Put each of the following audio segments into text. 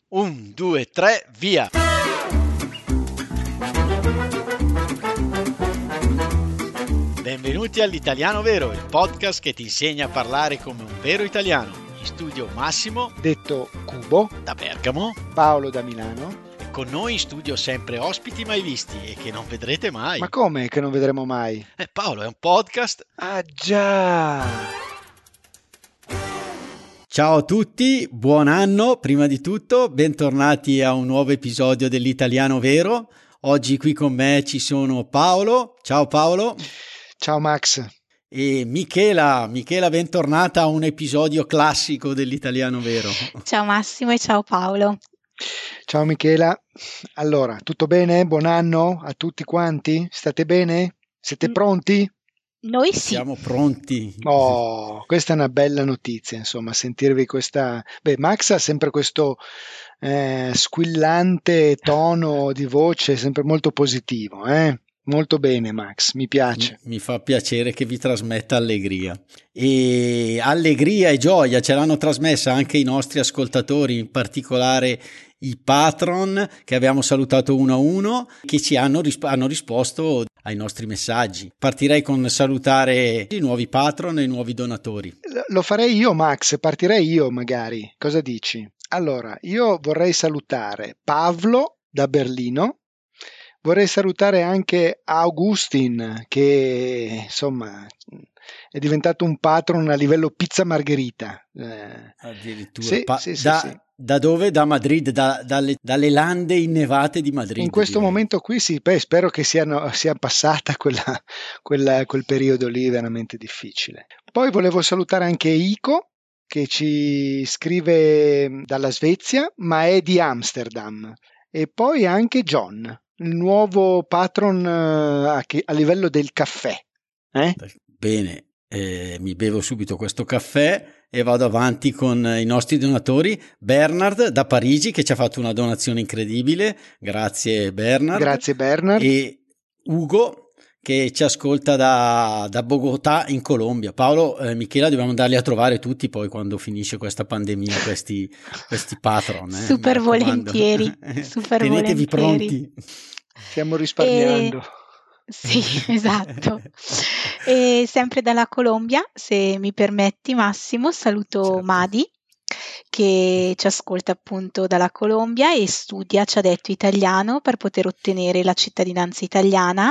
1, 2, 3, via! Benvenuti all'Italiano Vero, il podcast che ti insegna a parlare come un vero italiano. In studio Massimo, detto Cubo, da Bergamo, Paolo da Milano. e con noi in studio sempre ospiti mai visti e che non vedrete mai. Ma come che non vedremo mai? Paolo, è un podcast. Ah già! Ciao a tutti, buon anno prima di tutto, bentornati a un nuovo episodio dell'Italiano Vero. Oggi qui con me ci sono Paolo, ciao Paolo. Ciao Max. E Michela, bentornata a un episodio classico dell'Italiano Vero. Ciao Massimo e ciao Paolo. Ciao Michela. Allora, tutto bene? Buon anno a tutti quanti? State bene? Siete pronti? Noi sì. Siamo pronti. Oh, questa è una bella notizia, insomma, sentirvi questa... Beh, Max ha sempre questo squillante tono di voce, sempre molto positivo, Molto bene Max, mi piace. Mi fa piacere che vi trasmetta allegria. E allegria e gioia ce l'hanno trasmessa anche i nostri ascoltatori, in particolare i patron che abbiamo salutato uno a uno, che ci hanno risposto ai nostri messaggi. Partirei con salutare i nuovi patron e i nuovi donatori. Lo farei io Max, partirei io magari. Cosa dici? Allora, io vorrei salutare Pavlo da Berlino. Vorrei salutare anche Augustin, che insomma è diventato un patron a livello pizza margherita. Addirittura. Sì. Da dove? Da Madrid, dalle lande innevate di Madrid. In questo momento qui sì, spero che sia passata quel periodo lì veramente difficile. Poi volevo salutare anche Ico, che ci scrive dalla Svezia, ma è di Amsterdam. E poi anche John, il nuovo patron a livello del caffè. Bene, mi bevo subito questo caffè e vado avanti con i nostri donatori. Bernard da Parigi, che ci ha fatto una donazione incredibile, grazie Bernard. Grazie Bernard. E Ugo, che ci ascolta da Bogotà in Colombia. Paolo, Michela, dobbiamo andarli a trovare tutti poi quando finisce questa pandemia, questi patron. Super volentieri, Tenetevi pronti. Stiamo risparmiando. Sì, esatto. E sempre dalla Colombia, se mi permetti Massimo, saluto Certo. Madi, che ci ascolta appunto dalla Colombia e studia, ci ha detto, italiano per poter ottenere la cittadinanza italiana.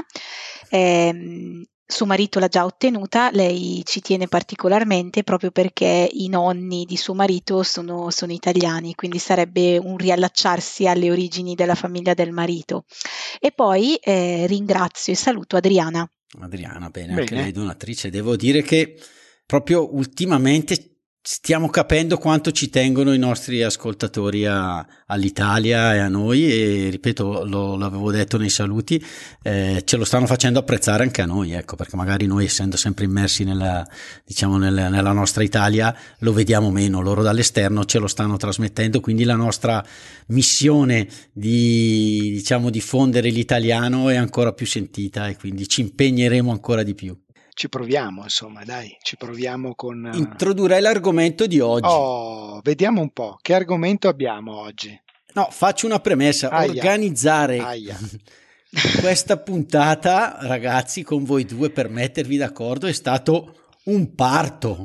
Suo marito l'ha già ottenuta, lei ci tiene particolarmente proprio perché i nonni di suo marito sono italiani, quindi sarebbe un riallacciarsi alle origini della famiglia del marito. E poi ringrazio e saluto Adriana. Adriana, bene, anche lei donatrice. Devo dire che proprio ultimamente stiamo capendo quanto ci tengono i nostri ascoltatori all'Italia e a noi, e ripeto, l'avevo detto nei saluti, ce lo stanno facendo apprezzare anche a noi, ecco, perché magari noi, essendo sempre immersi nella nostra Italia, lo vediamo meno, loro dall'esterno ce lo stanno trasmettendo, quindi la nostra missione di diffondere l'italiano è ancora più sentita e quindi ci impegneremo ancora di più. Ci proviamo, insomma, dai, ci proviamo con... Introdurrei l'argomento di oggi. Oh, vediamo un po', che argomento abbiamo oggi? No, faccio una premessa. Organizzare questa puntata, ragazzi, con voi due, per mettervi d'accordo, è stato un parto.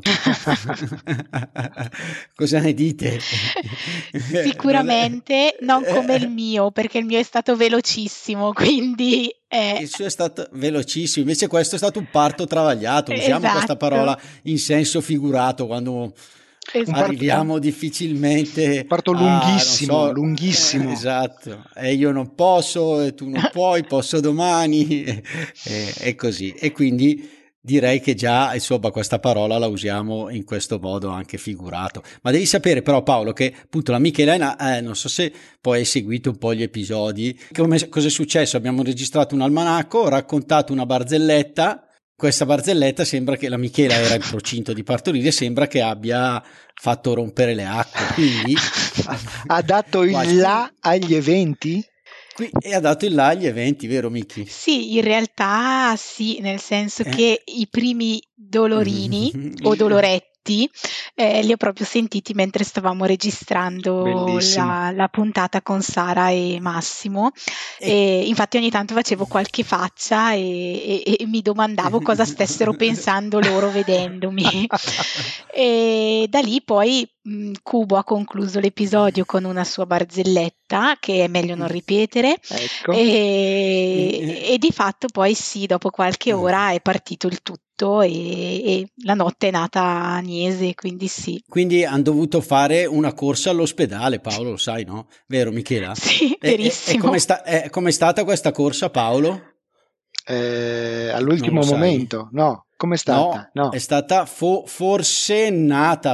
Cosa ne dite? Sicuramente non come il mio, perché il mio è stato velocissimo, quindi... Il suo è stato velocissimo, invece questo è stato un parto travagliato. Usiamo questa parola in senso figurato quando arriviamo difficilmente. Parto lunghissimo, lunghissimo. Esatto, e io non posso, e tu non puoi, posso domani, e così. E quindi direi che già, insomma, questa parola la usiamo in questo modo anche figurato. Ma devi sapere però, Paolo, che appunto la Michela, non so se poi hai seguito un po' gli episodi, cosa è successo? Abbiamo registrato un almanacco, ho raccontato una barzelletta. Questa barzelletta sembra che la Michela era in procinto di partorire, sembra che abbia fatto rompere le acque, quindi ha dato il là agli eventi? E ha dato il là agli eventi, vero Miki? Sì, in realtà sì, nel senso che i primi dolorini o doloretti tutti, li ho proprio sentiti mentre stavamo registrando la puntata con Sara e Massimo, e infatti ogni tanto facevo qualche faccia e mi domandavo cosa stessero pensando loro vedendomi. E da lì poi Cubo ha concluso l'episodio con una sua barzelletta che è meglio non ripetere, ecco. e di fatto poi sì, dopo qualche ora è partito il tutto e la notte è nata Agnese, quindi sì. Quindi hanno dovuto fare una corsa all'ospedale, Paolo, lo sai, no? Vero, Michela? Sì, verissimo. Com'è stata questa corsa, Paolo? All'ultimo momento, no? Com'è stata? No, è stata forsennata.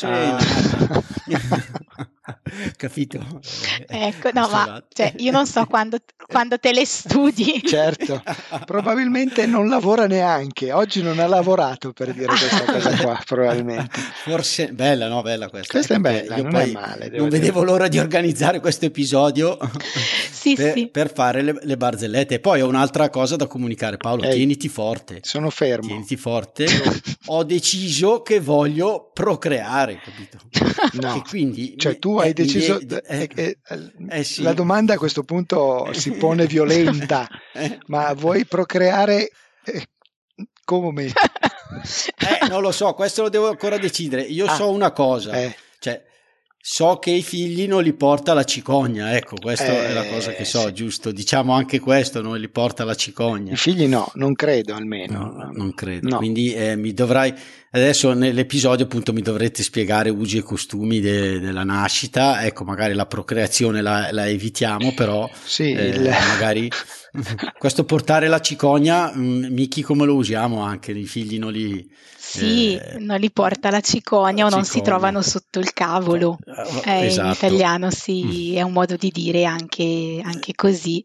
Capito? Ecco, no, ma cioè, io non so quando te le studi. Certo, probabilmente non lavora neanche. Oggi non ha lavorato per dire questa cosa qua, probabilmente. Forse bella, no? Bella questa. Questa è bella, non è male. Non vedevo l'ora di organizzare questo episodio per fare le barzellette. E poi ho un'altra cosa da comunicare, Paolo. Tieniti forte. Sono fermo. Tieniti forte. Ho deciso che voglio procreare, capito? No. E quindi cioè tu hai deciso sì. La domanda a questo punto si pone violenta, ma vuoi procreare come? Non lo so, questo lo devo ancora decidere. Io so una cosa, cioè so che i figli non li porta la cicogna, ecco, questa è la cosa che so, sì. Giusto? Diciamo anche questo, non li porta la cicogna. I figli no, non credo almeno. No, non credo, no. Quindi mi dovrai, adesso nell'episodio appunto mi dovrete spiegare usi e costumi della nascita, ecco, magari la procreazione la evitiamo, però sì, magari questo portare la cicogna, Miki, come lo usiamo anche, i figli non li... Sì, non li porta la cicogna o non si trovano sotto il cavolo. Esatto. In italiano sì, è un modo di dire anche così.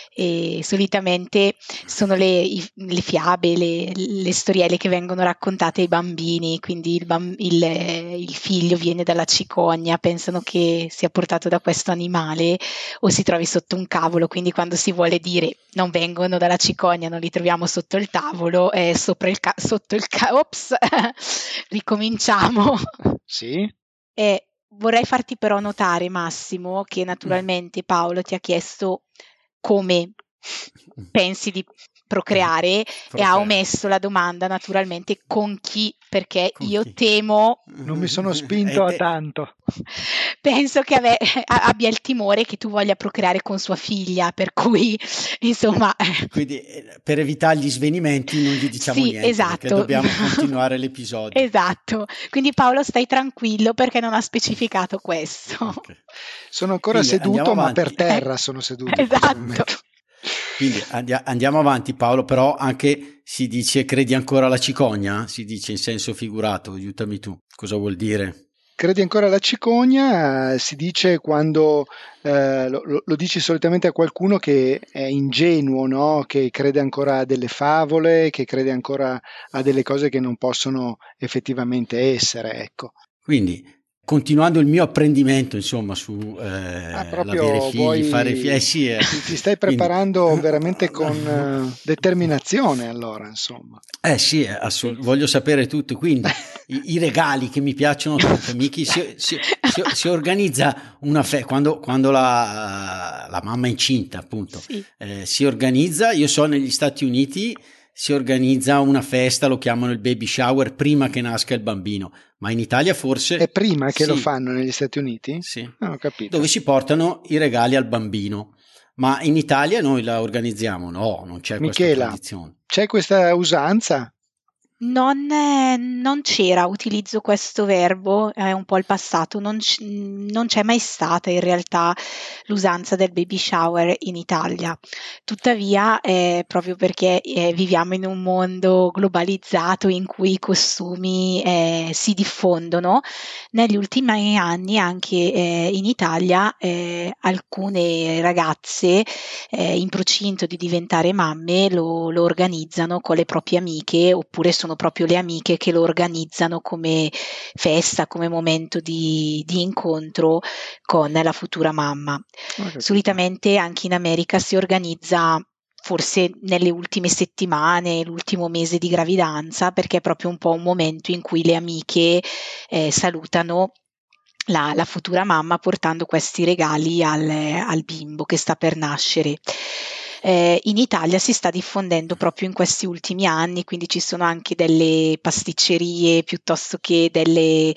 E solitamente sono le fiabe, le storielle che vengono raccontate ai bambini, quindi il figlio viene dalla cicogna, pensano che sia portato da questo animale o si trovi sotto un cavolo, quindi quando si vuole dire non vengono dalla cicogna, non li troviamo sotto il tavolo, è sotto il ops, ricominciamo. Sì. Vorrei farti però notare, Massimo, che naturalmente Paolo ti ha chiesto come pensi di procreare e ha omesso la domanda naturalmente con chi, perché temo, non mi sono spinto a tanto, penso che abbia il timore che tu voglia procreare con sua figlia, per cui insomma quindi per evitare gli svenimenti non gli diciamo niente, esatto. Perché dobbiamo continuare l'episodio. Esatto, quindi Paolo stai tranquillo perché non ha specificato questo. Okay. Sono ancora seduto, ma per terra sono seduto. Esatto. Quindi andiamo avanti, Paolo, però anche si dice credi ancora alla cicogna? Si dice in senso figurato, aiutami tu, cosa vuol dire? Credi ancora alla cicogna? Si dice quando lo dici solitamente a qualcuno che è ingenuo, no? Che crede ancora a delle favole, che crede ancora a delle cose che non possono effettivamente essere, ecco. Quindi continuando il mio apprendimento, insomma, su l'avere figli, fare figli, ti stai preparando veramente con determinazione, allora, insomma. Sì, voglio sapere tutto. Quindi i regali che mi piacciono tanto, Miki, si organizza una quando la mamma è incinta, appunto, sì. Si organizza. Io so negli Stati Uniti si organizza una festa, lo chiamano il baby shower, prima che nasca il bambino, ma in Italia forse... È prima che lo fanno negli Stati Uniti? Sì. Ho capito. Dove si portano i regali al bambino, ma in Italia noi la organizziamo? No, non c'è Michela, questa tradizione. C'è questa usanza? Non c'era, utilizzo questo verbo, è un po' il passato, non c'è mai stata in realtà l'usanza del baby shower in Italia. Tuttavia, proprio perché viviamo in un mondo globalizzato in cui i costumi si diffondono, negli ultimi anni anche in Italia alcune ragazze in procinto di diventare mamme lo organizzano con le proprie amiche, oppure sono proprio le amiche che lo organizzano come festa, come momento di incontro con la futura mamma. Solitamente anche in America si organizza forse nelle ultime settimane, l'ultimo mese di gravidanza, perché è proprio un po' un momento in cui le amiche salutano la futura mamma portando questi regali al bimbo che sta per nascere. In Italia si sta diffondendo proprio in questi ultimi anni, quindi ci sono anche delle pasticcerie piuttosto che delle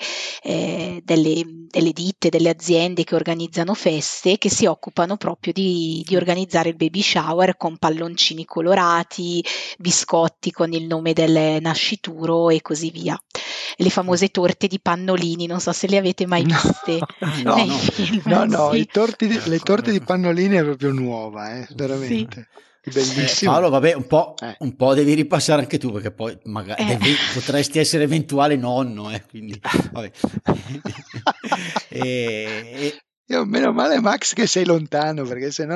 ditte, delle aziende che organizzano feste che si occupano proprio di organizzare il baby shower con palloncini colorati, biscotti con il nome del nascituro e così via. Le famose torte di pannolini, non so se le avete mai viste nei film. No, Sì. le torte di pannolini è proprio nuova, veramente. Sì. Bellissimo. Paolo, vabbè, un po' devi ripassare anche tu, perché poi magari potresti essere eventuale nonno, quindi vabbè. Io meno male, Max, che sei lontano, perché sennò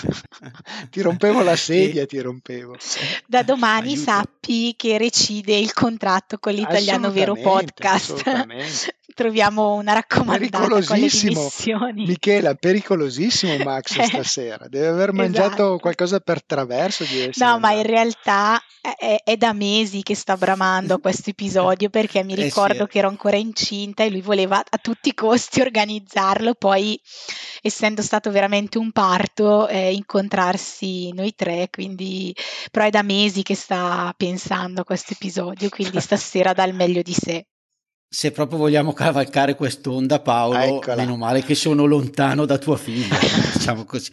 ti rompevo la sedia, ti rompevo. Da domani Aiuto. Sappi che recide il contratto con l'Italiano Vero Podcast. Assolutamente. Troviamo una raccomandata con le dimissioni. Michela, pericolosissimo Max stasera. Deve aver mangiato qualcosa per traverso. No, ma in realtà è da mesi che sta bramando a questo episodio, perché mi ricordo che ero ancora incinta e lui voleva a tutti i costi organizzarlo, poi essendo stato veramente un parto incontrarsi noi tre, quindi però è da mesi che sta pensando a questo episodio, quindi stasera dà il meglio di sé. Se proprio vogliamo cavalcare quest'onda, Paolo, Eccola. meno male che sono lontano da tua figlia, diciamo così.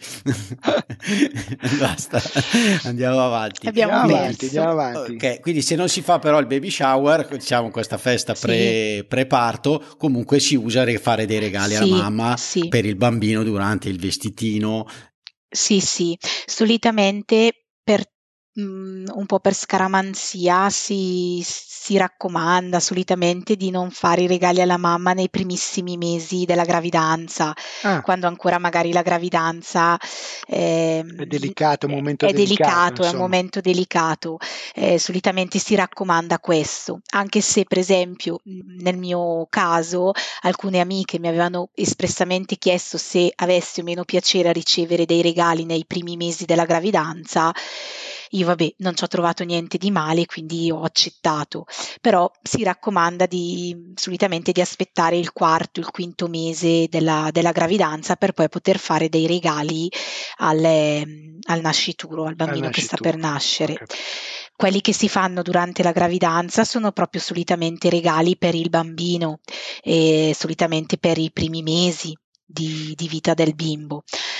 Basta, andiamo avanti. Andiamo avanti. Ok, quindi se non si fa però il baby shower, diciamo questa festa pre-parto, comunque si usa fare dei regali alla mamma per il bambino durante il vestitino. Sì, solitamente un po' per scaramanzia si raccomanda solitamente di non fare i regali alla mamma nei primissimi mesi della gravidanza, quando ancora magari la gravidanza è delicato, è un momento delicato. Solitamente si raccomanda questo, anche se per esempio nel mio caso alcune amiche mi avevano espressamente chiesto se avessi o meno piacere a ricevere dei regali nei primi mesi della gravidanza. Io non ci ho trovato niente di male, quindi ho accettato, però si raccomanda solitamente di aspettare il quarto, il quinto mese della gravidanza per poi poter fare dei regali al nascituro, al bambino che sta per nascere. Okay. Quelli che si fanno durante la gravidanza sono proprio solitamente regali per il bambino, solitamente per i primi mesi di vita del bimbo.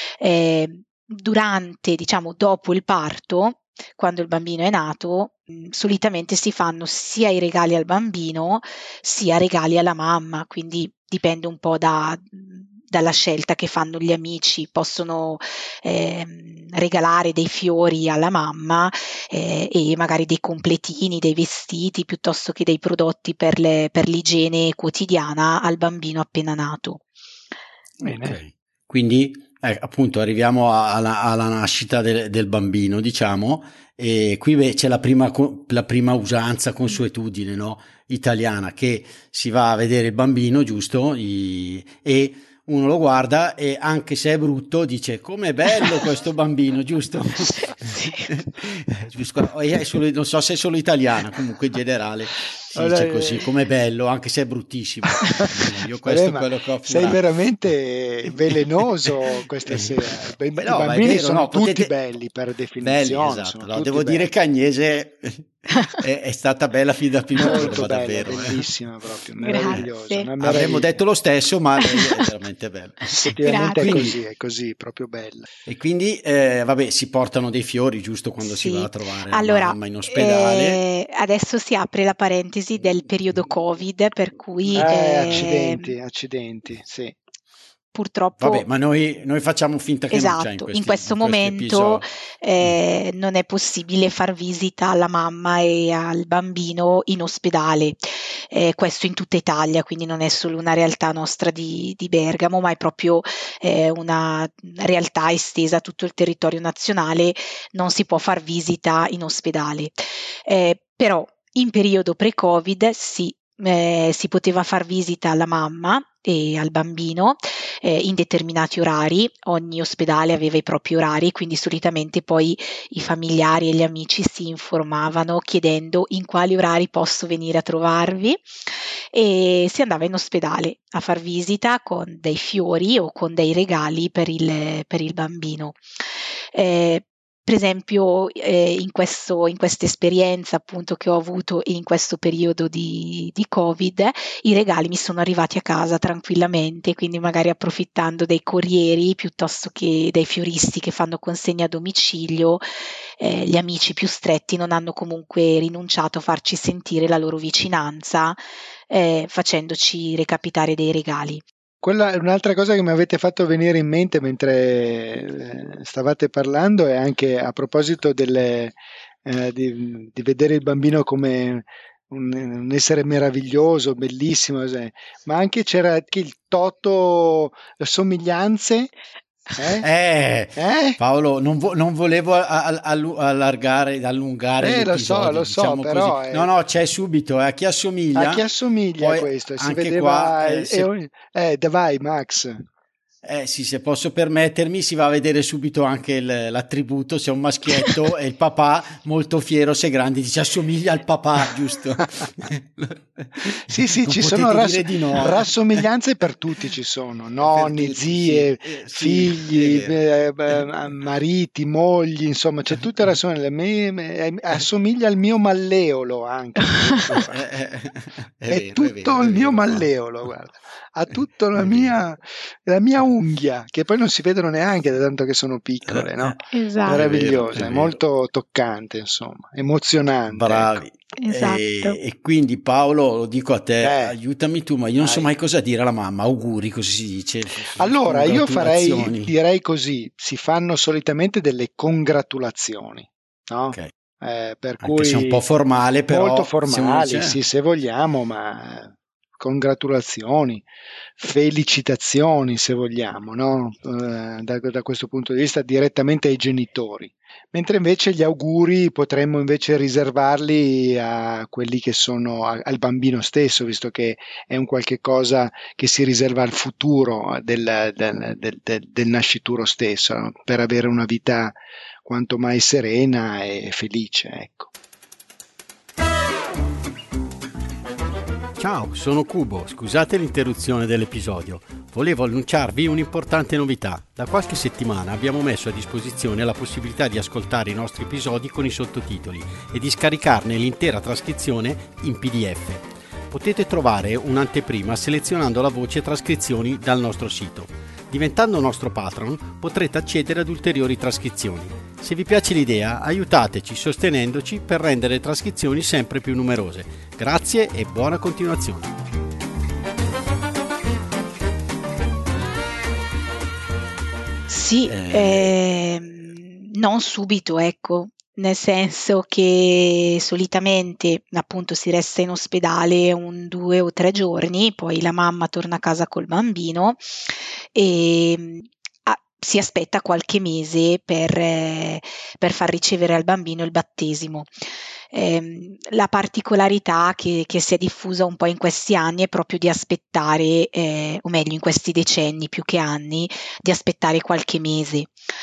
Durante, dopo il parto, quando il bambino è nato, solitamente si fanno sia i regali al bambino sia regali alla mamma, quindi dipende un po' dalla scelta che fanno gli amici. Possono regalare dei fiori alla mamma e magari dei completini, dei vestiti, piuttosto che dei prodotti per l'igiene quotidiana al bambino appena nato. Bene. Okay. Quindi appunto arriviamo alla nascita del bambino, diciamo, e qui c'è la prima usanza, consuetudine, no? Italiana, che si va a vedere il bambino, giusto? E uno lo guarda e anche se è brutto dice com'è bello questo bambino, giusto? Non so se è solo italiana, comunque in generale si dice così, com'è bello anche se è bruttissimo. Io questo è quello che ho appurato. Sei veramente velenoso questa sera. I bambini sono tutti belli per definizione. Belli, esatto. Devo dire che Agnese è stata bella fin dal primo giorno, davvero. Bellissima proprio, meravigliosa. Avremmo detto lo stesso, ma lei è veramente bella. Effettivamente è così, proprio bella. E quindi si portano dei fiori giusto quando si va a trovare la mamma in ospedale. Adesso si apre la parentesi del periodo Covid, per cui accidenti, sì. Purtroppo. Vabbè, ma noi facciamo finta che non c'è in questo momento non è possibile far visita alla mamma e al bambino in ospedale, questo in tutta Italia, quindi non è solo una realtà nostra di Bergamo, ma è proprio una realtà estesa a tutto il territorio nazionale. Non si può far visita in ospedale, però in periodo pre-Covid sì, si poteva far visita alla mamma e al bambino in determinati orari. Ogni ospedale aveva i propri orari, quindi solitamente poi i familiari e gli amici si informavano chiedendo in quali orari posso venire a trovarvi, e si andava in ospedale a far visita con dei fiori o con dei regali per il bambino. Per esempio, in questa esperienza appunto che ho avuto in questo periodo di Covid, i regali mi sono arrivati a casa tranquillamente, quindi magari approfittando dei corrieri piuttosto che dei fioristi che fanno consegna a domicilio, gli amici più stretti non hanno comunque rinunciato a farci sentire la loro vicinanza, facendoci recapitare dei regali. Quella è un'altra cosa che mi avete fatto venire in mente mentre stavate parlando, è anche a proposito di vedere il bambino come un essere meraviglioso, bellissimo, ma anche c'era anche il toto somiglianze. Paolo, non volevo allungare l'episodio. Lo so, diciamo però così. No, c'è subito a chi assomiglia. A chi assomiglia poi questo? Si anche vedeva. qua, Vai, Max. Sì, se posso permettermi, si va a vedere subito anche l'attributo, se è un maschietto e il papà molto fiero, se è grande, dice assomiglia al papà, giusto? Sì, ci sono rassomiglianze per tutti, ci sono nonni, zie, figli, mariti, mogli, insomma c'è tutta la assomiglia al mio malleolo anche. È tutto il mio malleolo, guarda. Ha tutta la mia unghia, che poi non si vedono neanche da tanto che sono piccole, no? Esatto. Meravigliosa, è molto toccante, insomma, emozionante. Bravi. Ecco. Esatto. E quindi Paolo, lo dico a te, aiutami tu, ma io non so mai cosa dire alla mamma. Auguri, così si dice. Allora, io direi così, si fanno solitamente delle congratulazioni, no? Okay. Per Anche cui se è un po' formale, però molto formali, sì, se vogliamo, ma congratulazioni, felicitazioni se vogliamo, no? Da questo punto di vista direttamente ai genitori, mentre invece gli auguri potremmo invece riservarli a quelli che sono al bambino stesso, visto che è un qualche cosa che si riserva al futuro del nascituro stesso, no? Per avere una vita quanto mai serena e felice, ecco. Ciao, sono Cubo, scusate l'interruzione dell'episodio. Volevo annunciarvi un'importante novità. Da qualche settimana abbiamo messo a disposizione la possibilità di ascoltare i nostri episodi con i sottotitoli e di scaricarne l'intera trascrizione in PDF. Potete trovare un'anteprima selezionando la voce trascrizioni dal nostro sito. Diventando nostro patron potrete accedere ad ulteriori trascrizioni. Se vi piace l'idea, aiutateci sostenendoci per rendere le trascrizioni sempre più numerose. Grazie e buona continuazione. Sì, non subito, ecco, nel senso che solitamente appunto si resta in ospedale 2 o 3 giorni, poi la mamma torna a casa col bambino e si aspetta qualche mese per far ricevere al bambino il battesimo. La particolarità che si è diffusa un po' in questi anni è proprio di aspettare, o meglio in questi decenni più che anni, di aspettare qualche mese.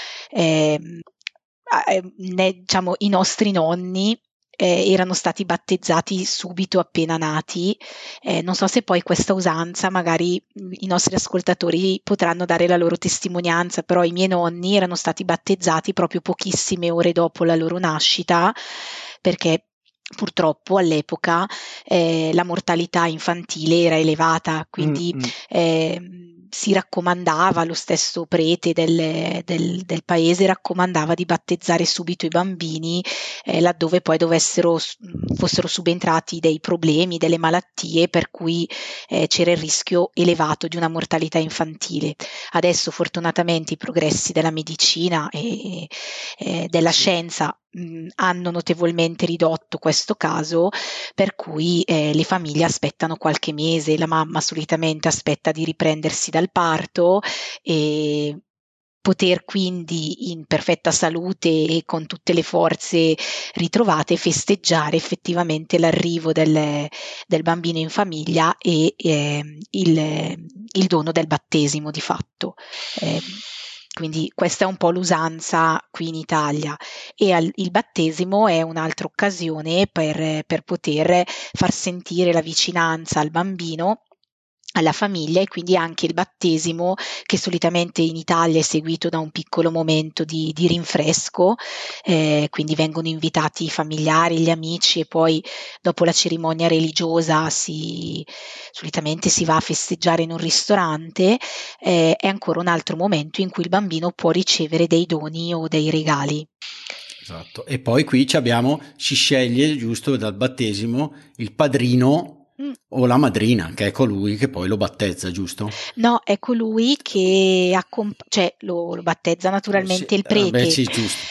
Diciamo, i nostri nonni erano stati battezzati subito appena nati. Non so se poi questa usanza, magari i nostri ascoltatori potranno dare la loro testimonianza, però i miei nonni erano stati battezzati proprio pochissime ore dopo la loro nascita, perché purtroppo all'epoca la mortalità infantile era elevata, quindi si raccomandava, lo stesso prete del paese raccomandava di battezzare subito i bambini laddove poi fossero subentrati dei problemi, delle malattie per cui c'era il rischio elevato di una mortalità infantile. Adesso fortunatamente i progressi della medicina e della scienza hanno notevolmente ridotto questo caso, per cui le famiglie aspettano qualche mese, la mamma solitamente aspetta di riprendersi dal parto e poter quindi in perfetta salute e con tutte le forze ritrovate festeggiare effettivamente l'arrivo del bambino in famiglia e il dono del battesimo di fatto. Quindi questa è un po' l'usanza qui in Italia, e il battesimo è un'altra occasione per poter far sentire la vicinanza al bambino, alla famiglia, e quindi anche il battesimo, che solitamente in Italia è seguito da un piccolo momento di rinfresco, quindi vengono invitati i familiari, gli amici, e poi dopo la cerimonia religiosa solitamente si va a festeggiare in un ristorante. È ancora un altro momento in cui il bambino può ricevere dei doni o dei regali. Esatto. E poi qui si sceglie, giusto, dal battesimo il padrino o la madrina, che è colui che poi lo battezza, giusto? No, è colui che lo battezza naturalmente il prete. Sì, giusto.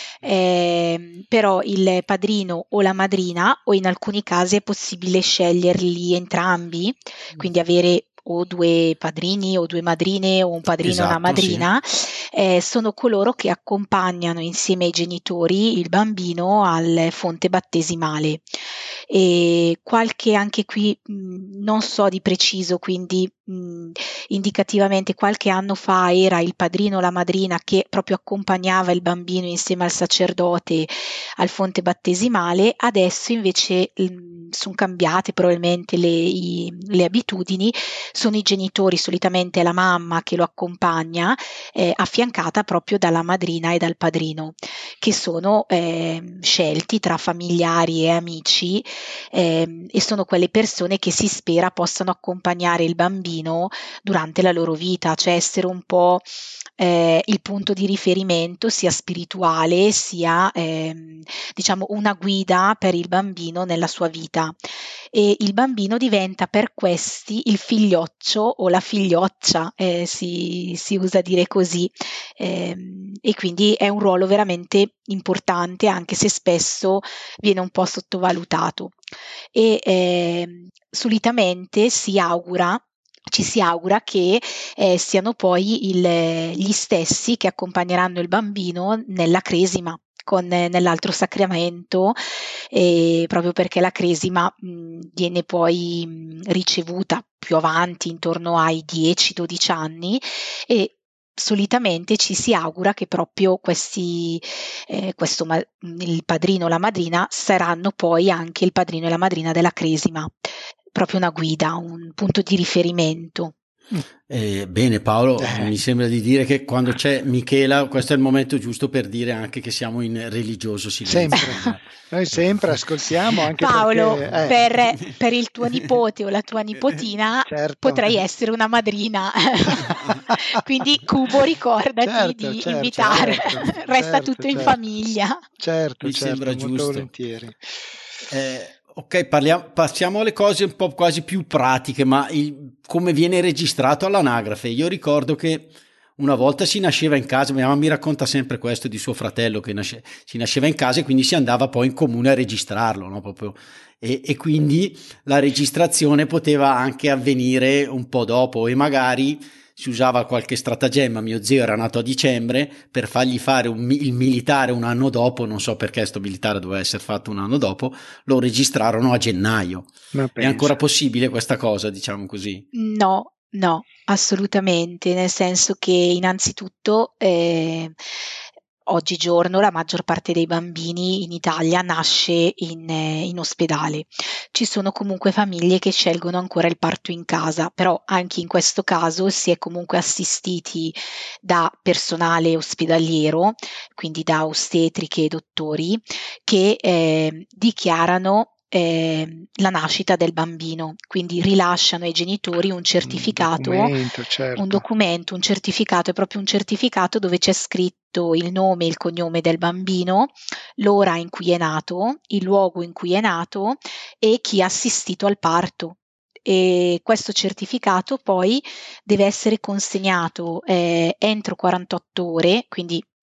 Però il padrino o la madrina, o in alcuni casi è possibile sceglierli entrambi, quindi avere o due padrini o due madrine, o un padrino e una madrina, sì. Sono coloro che accompagnano insieme ai genitori il bambino al fonte battesimale. E qualche, anche qui non so di preciso, quindi indicativamente qualche anno fa era il padrino o la madrina che proprio accompagnava il bambino insieme al sacerdote al fonte battesimale. Adesso invece sono cambiate probabilmente le abitudini, sono i genitori, solitamente la mamma che lo accompagna, affiancata proprio dalla madrina e dal padrino, che sono scelti tra familiari e amici, e sono quelle persone che si spera possano accompagnare il bambino durante la loro vita, cioè essere un po' il punto di riferimento sia spirituale sia diciamo una guida per il bambino nella sua vita, e il bambino diventa per questi il figlioccio o la figlioccia, si usa dire così, e quindi è un ruolo veramente importante, anche se spesso viene un po' sottovalutato. E solitamente ci si augura che siano poi gli stessi che accompagneranno il bambino nella cresima, nell'altro sacramento, proprio perché la cresima viene poi ricevuta più avanti, intorno ai 10-12 anni, e solitamente ci si augura che proprio il padrino o la madrina saranno poi anche il padrino e la madrina della cresima, proprio una guida, un punto di riferimento. Bene Paolo, mi sembra di dire che quando c'è Michela questo è il momento giusto per dire anche che siamo in religioso silenzio. Sempre, noi sempre ascoltiamo, anche Paolo, perché, per il tuo nipote o la tua nipotina, certo, potrai essere una madrina. Quindi Cubo, ricordati di invitare, resta tutto in famiglia. Certo, mi sembra molto giusto. Volentieri. Ok, passiamo alle cose un po' quasi più pratiche, ma come viene registrato all'anagrafe? Io ricordo che una volta si nasceva in casa, mia mamma mi racconta sempre questo di suo fratello, che si nasceva in casa e quindi si andava poi in comune a registrarlo, no? Proprio, e quindi la registrazione poteva anche avvenire un po' dopo, e magari si usava qualche stratagemma. Mio zio era nato a dicembre, per fargli fare il militare un anno dopo, non so perché sto militare doveva essere fatto un anno dopo, lo registrarono a gennaio. È ancora possibile questa cosa, diciamo così? No, assolutamente, nel senso che innanzitutto oggigiorno la maggior parte dei bambini in Italia nasce in ospedale. Ci sono comunque famiglie che scelgono ancora il parto in casa, però anche in questo caso si è comunque assistiti da personale ospedaliero, quindi da ostetriche e dottori, che dichiarano la nascita del bambino, quindi rilasciano ai genitori un certificato, certo. un documento, un certificato, è proprio un certificato dove c'è scritto il nome e il cognome del bambino, l'ora in cui è nato, il luogo in cui è nato e chi ha assistito al parto. E questo certificato poi deve essere consegnato entro 48 ore, quindi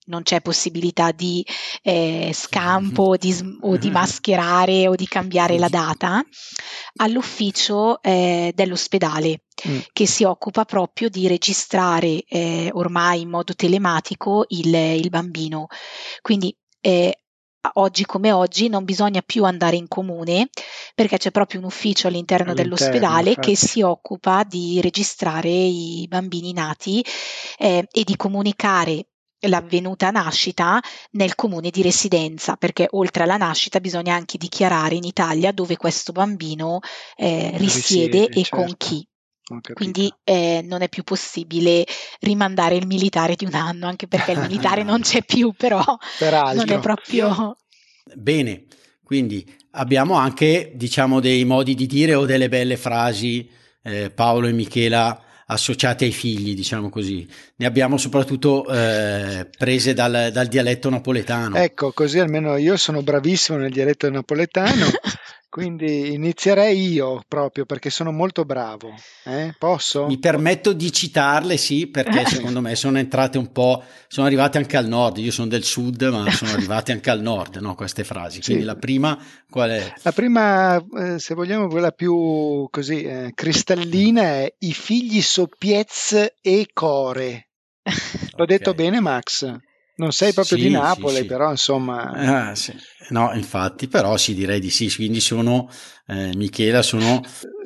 non c'è possibilità di scampo o di mascherare o di cambiare la data, all'ufficio dell'ospedale che si occupa proprio di registrare ormai in modo telematico il bambino. Quindi oggi come oggi non bisogna più andare in comune, perché c'è proprio un ufficio all'interno dell'ospedale che si occupa di registrare i bambini nati e di comunicare l'avvenuta nascita nel comune di residenza, perché oltre alla nascita bisogna anche dichiarare in Italia dove questo bambino risiede e certo. Con chi. Quindi non è più possibile rimandare il militare di un anno, anche perché il militare non c'è più, però non è proprio... Bene, quindi abbiamo anche, diciamo, dei modi di dire o delle belle frasi, Paolo e Michela, associate ai figli, diciamo così. Ne abbiamo soprattutto prese dal dialetto napoletano. Ecco, così almeno io sono bravissimo nel dialetto napoletano. Quindi inizierei io proprio perché sono molto bravo. Posso? Mi permetto di citarle, sì, perché secondo me sono entrate un po', sono arrivate anche al nord. Io sono del sud, ma sono arrivate anche al nord, no, queste frasi. Quindi sì. La prima qual è? La prima, se vogliamo, quella più così cristallina è i figli soppiez e core. L'ho detto bene, Max? Non sei proprio di Napoli, sì. Però insomma... Sì. No, infatti, però sì, direi di sì. Quindi sono, Michela, sono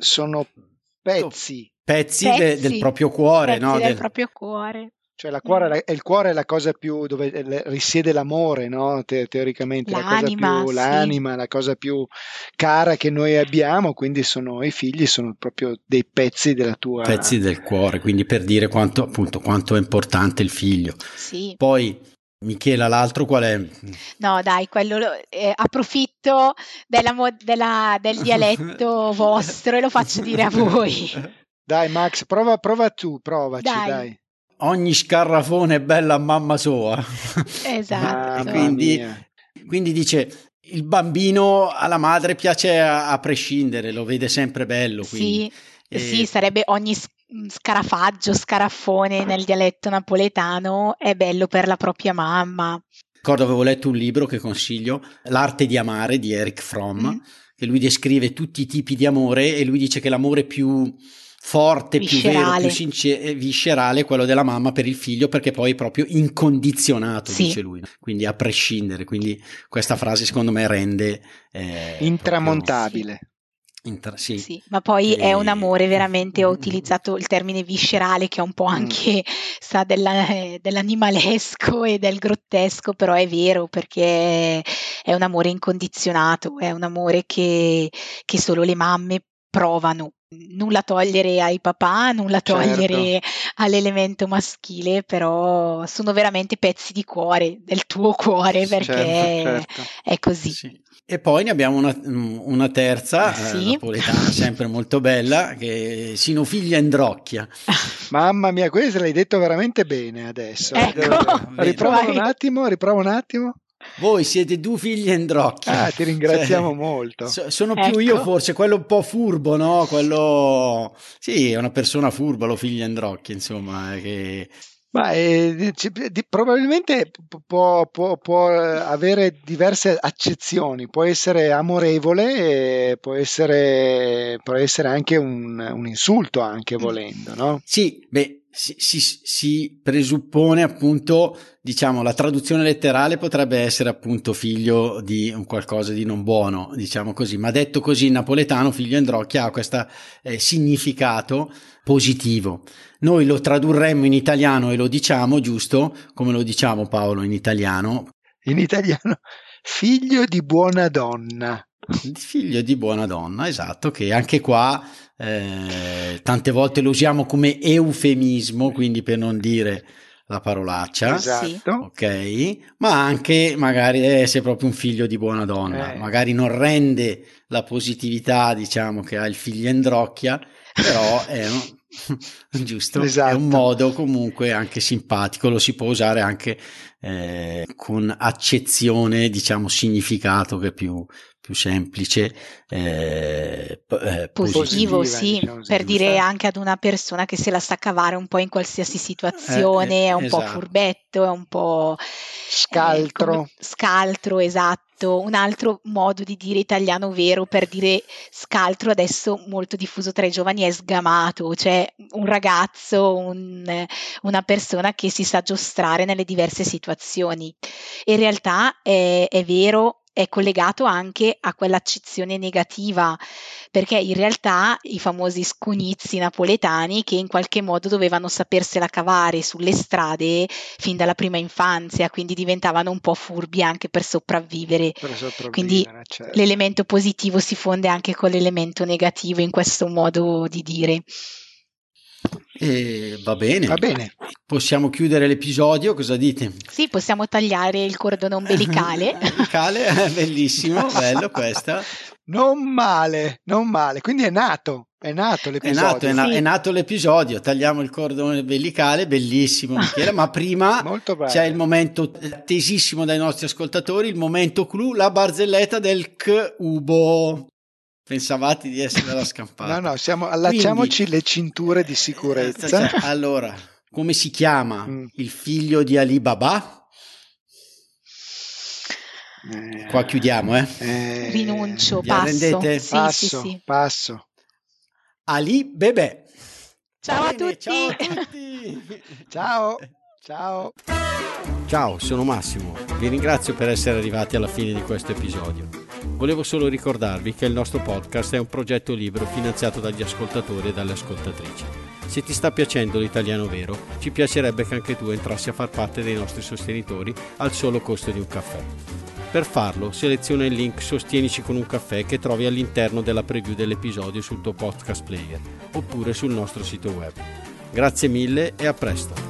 pezzi. Pezzi del proprio cuore. Pezzi no? del proprio cuore. Cioè il cuore è la cosa più dove risiede l'amore, no? Teoricamente l'anima, l'anima, la cosa più cara che noi abbiamo, quindi i figli sono proprio dei pezzi della tua... Pezzi del cuore, quindi per dire quanto è importante il figlio. Sì. Poi... Michela, l'altro qual è? No, dai, quello approfitto del dialetto vostro e lo faccio dire a voi. Dai, Max, prova tu, provaci, dai. Ogni scarrafone è bella a mamma sua. Esatto. Quindi dice, il bambino alla madre piace a prescindere, lo vede sempre bello. Quindi. Sì, sarebbe ogni scarafaggio, scarafone nel dialetto napoletano è bello per la propria mamma. Ricordo, avevo letto un libro che consiglio, L'arte di amare di Erich Fromm, che lui descrive tutti i tipi di amore e lui dice che l'amore più forte, viscerale. Più vero, più sincero, viscerale è quello della mamma per il figlio, perché poi è proprio incondizionato, dice lui, quindi a prescindere. Quindi questa frase secondo me rende intramontabile. Sì, ma poi è un amore veramente, ho utilizzato il termine viscerale che è un po' anche sa dell'animalesco e del grottesco, però è vero, perché è un amore incondizionato, è un amore che solo le mamme provano. Nulla togliere ai papà, nulla togliere all'elemento maschile, però sono veramente pezzi di cuore, del tuo cuore, perché è così. Sì. E poi ne abbiamo una terza, napoletana, sempre molto bella, che sino figlia indrocchia. Mamma mia, questo l'hai detto veramente bene adesso. Ecco, riprovo un attimo. Voi siete due figli indrocchia. Ti ringraziamo molto. Sono più io forse, quello un po' furbo, no? Quello, sì, è una persona furba, lo figlia indrocchia, insomma, che... Ma probabilmente può avere diverse accezioni, può essere amorevole, può essere anche un insulto, anche volendo, no? Sì, si presuppone appunto, diciamo, la traduzione letterale potrebbe essere appunto figlio di un qualcosa di non buono, diciamo così, ma detto così in napoletano figlio indrocchia ha questo significato positivo. Noi lo tradurremmo in italiano e lo diciamo, giusto? Come lo diciamo, Paolo, in italiano? In italiano, figlio di buona donna. Figlio di buona donna, esatto, che anche qua tante volte lo usiamo come eufemismo, quindi per non dire la parolaccia, esatto. Ok, ma anche magari se è proprio un figlio di buona donna, magari non rende la positività, diciamo, che ha il figlio indrocchia, però Giusto, esatto. È un modo comunque anche simpatico, lo si può usare anche con accezione, diciamo significato che è più semplice, positivo, sì, diciamo, per dire anche ad una persona che se la sa cavare un po' in qualsiasi situazione, è un esatto. po' furbetto, è un po' scaltro, esatto. Un altro modo di dire italiano vero per dire scaltro, adesso molto diffuso tra i giovani, è sgamato, cioè un ragazzo, una persona che si sa giostrare nelle diverse situazioni. In realtà è vero, è collegato anche a quell'accezione negativa, perché in realtà i famosi scognizi napoletani, che in qualche modo dovevano sapersela cavare sulle strade fin dalla prima infanzia, quindi diventavano un po' furbi anche per sopravvivere. Quindi certo. l'elemento positivo si fonde anche con l'elemento negativo in questo modo di dire. Va bene, possiamo chiudere l'episodio, cosa dite? Sì, possiamo tagliare il cordone ombelicale. Bellissimo, bello questa. Non male, quindi è nato l'episodio. È nato l'episodio, tagliamo il cordone ombelicale, bellissimo Michele, ma prima c'è il momento attesissimo dai nostri ascoltatori, il momento clou, la barzelletta del cubo. Pensavate di essere alla scampata? No, allacciamoci le cinture di sicurezza. Allora, come si chiama il figlio di Ali Baba? Qua chiudiamo, Rinuncio, vi arrendete? Passo. Ali Bebè. Ciao a tutti. Ciao. Ciao, sono Massimo. Vi ringrazio per essere arrivati alla fine di questo episodio. Volevo solo ricordarvi che il nostro podcast è un progetto libero finanziato dagli ascoltatori e dalle ascoltatrici. Se ti sta piacendo l'italiano vero, ci piacerebbe che anche tu entrassi a far parte dei nostri sostenitori al solo costo di un caffè. Per farlo, seleziona il link Sostienici con un caffè che trovi all'interno della preview dell'episodio sul tuo podcast player oppure sul nostro sito web. Grazie mille e a presto!